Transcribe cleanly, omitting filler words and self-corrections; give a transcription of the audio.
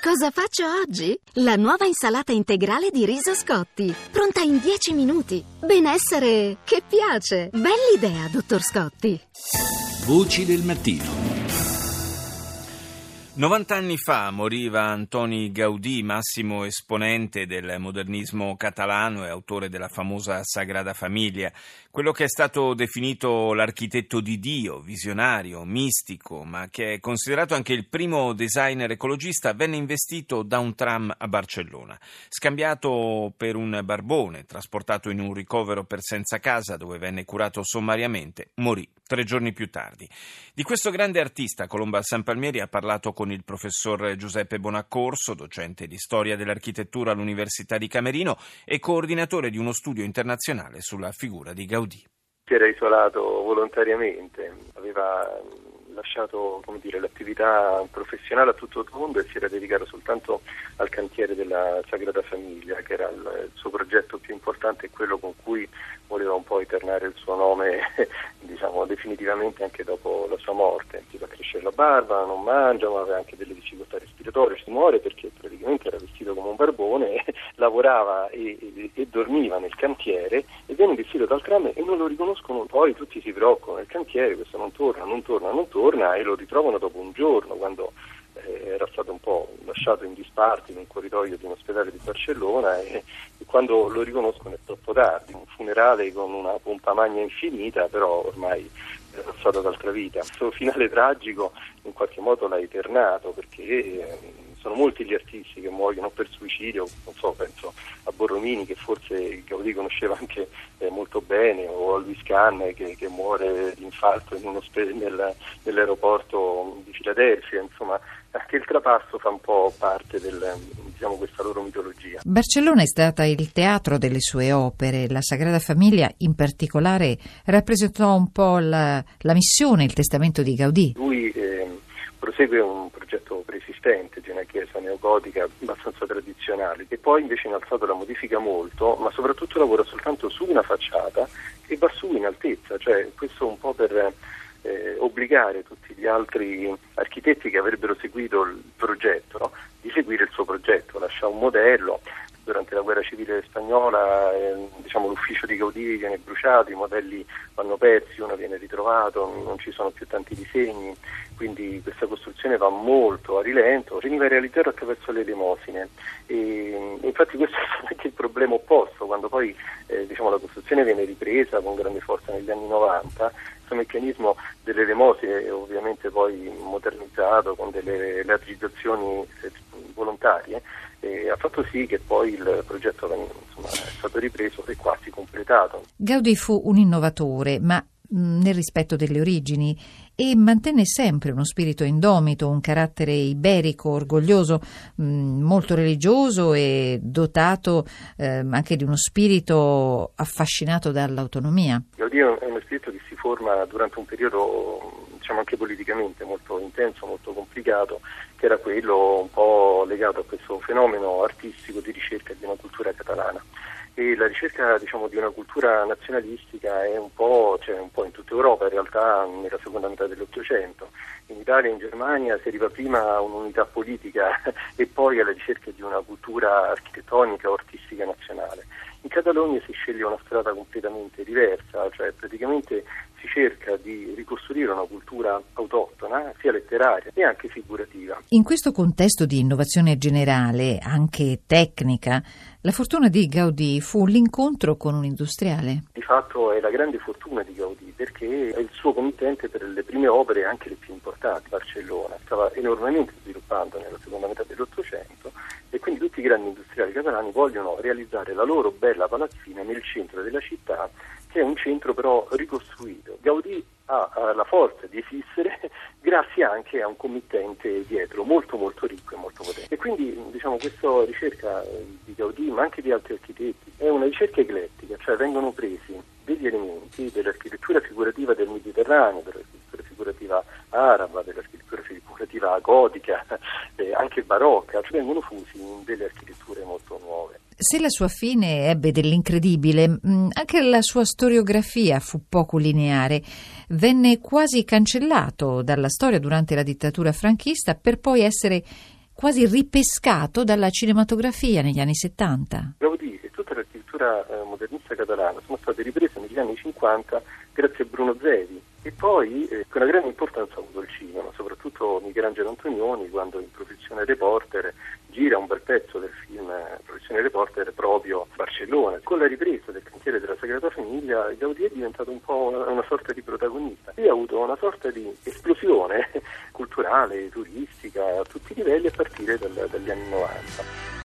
Cosa faccio oggi? La nuova insalata integrale di riso Scotti, pronta in 10 minuti. Benessere che piace. Bell'idea, dottor Scotti. Voci del mattino. 90 anni fa moriva Antoni Gaudí, massimo esponente del modernismo catalano e autore della famosa Sagrada Famiglia, quello che è stato definito l'architetto di Dio, visionario, mistico, ma che è considerato anche il primo designer ecologista. Venne investito da un tram a Barcellona. Scambiato per un barbone, trasportato in un ricovero per senza casa dove venne curato sommariamente, morì 3 giorni più tardi. Di questo grande artista Colomba Sanpalmieri ha parlato con il professor Giuseppe Bonaccorso, docente di storia dell'architettura all'Università di Camerino e coordinatore di uno studio internazionale sulla figura di Gaudì. Si era isolato volontariamente, aveva lasciato, l'attività professionale a tutto tondo e si era dedicato soltanto al cantiere della Sagrada Famiglia, che era il suo progetto più importante e quello con cui voleva un po' eternare il suo nome definitivamente anche dopo la sua morte. Si fa crescere la barba, non mangia, ma aveva anche delle difficoltà respiratorie, si muore perché praticamente era vestito come un barbone, lavorava e dormiva nel cantiere e viene investito dal tram e non lo riconoscono. Poi tutti si preoccupano del cantiere, questo non torna e lo ritrovano dopo un giorno, quando era stato un po' lasciato in disparte in un corridoio di un ospedale di Barcellona e quando lo riconoscono è troppo tardi. Un funerale con una pompa magna infinita, però ormai era passato ad altra vita. Il suo finale tragico in qualche modo l'ha eternato, perché sono molti gli artisti che muoiono per suicidio, penso a Borromini, che forse Gaudì conosceva anche molto bene, o a Luis Canne che muore di infarto nell'aeroporto di Filadelfia. Insomma, anche il trapasso fa un po' parte questa loro mitologia. Barcellona è stata il teatro delle sue opere. La Sagrada Famiglia in particolare rappresentò un po' la missione, il testamento di Gaudì. Lui prosegue un progetto preesistente di una chiesa neogotica abbastanza tradizionale, che poi invece in alzato la modifica molto, ma soprattutto lavora soltanto su una facciata che va su in altezza, cioè questo un po' per obbligare tutti gli altri architetti che avrebbero seguito il progetto, no? Di seguire il suo progetto. Lascia un modello. Durante la guerra civile spagnola l'ufficio di Gaudì viene bruciato, i modelli vanno persi, uno viene ritrovato, non ci sono più tanti disegni, quindi questa costruzione va molto a rilento, veniva realizzato attraverso le elemosine e infatti questo è anche il problema opposto, quando poi la costruzione viene ripresa con grande forza negli anni 90, questo meccanismo delle elemosine ovviamente poi modernizzato con delle elargizzazioni volontarie, ha fatto sì che poi il progetto è stato ripreso e quasi completato. Gaudì fu un innovatore, ma nel rispetto delle origini, e mantenne sempre uno spirito indomito, un carattere iberico, orgoglioso, molto religioso e dotato anche di uno spirito affascinato dall'autonomia. Gaudì è uno spirito che si forma durante un periodo anche politicamente molto intenso, molto complicato, che era quello un po' legato a questo fenomeno artistico di ricerca di una cultura catalana. E la ricerca di una cultura nazionalistica è un po' in tutta Europa, in realtà nella seconda metà dell'Ottocento. In Italia e in Germania si arriva prima a un'unità politica e poi alla ricerca di una cultura architettonica o artistica nazionale. In Catalogna si sceglie una strada completamente diversa, cioè praticamente si cerca di ricostruire una cultura autoctona, sia letteraria e anche figurativa. In questo contesto di innovazione generale, anche tecnica, la fortuna di Gaudì fu l'incontro con un industriale. Di fatto è la grande fortuna di Gaudì, perché è il suo committente per le prime opere, anche le più importanti. Barcellona stava enormemente sviluppando nella seconda metà dell'Ottocento e quindi tutti i grandi industriali catalani vogliono realizzare la loro bella palazzina nel centro della città, che è un centro però ricostruito. Gaudì ha la forza di esistere grazie anche a un committente dietro molto molto ricco e molto potente. E quindi questa ricerca di Gaudì, ma anche di altri architetti, è una ricerca eclettica, cioè vengono presi degli elementi dell'architettura figurativa del Mediterraneo, dell'architettura figurativa araba, dell'architettura figurativa gotica, anche barocca, cioè vengono fusi in delle architetture molto nuove. Se la sua fine ebbe dell'incredibile, anche la sua storiografia fu poco lineare. Venne quasi cancellato dalla storia durante la dittatura franchista per poi essere quasi ripescato dalla cinematografia negli anni 70. Gaudì e tutta l'architettura modernista catalana sono state riprese negli anni 50 grazie a Bruno Zevi, e poi una grande importanza ha avuto il cinema, soprattutto Michelangelo Antonioni, quando in Professione Reporter gira un bel pezzo del film Professione Reporter proprio a Barcellona. Con la ripresa del cantiere della Sagrada Famiglia, Gaudì è diventato un po' una sorta di protagonista e ha avuto una sorta di esplosione culturale, turistica, a tutti i livelli a partire dagli anni 90.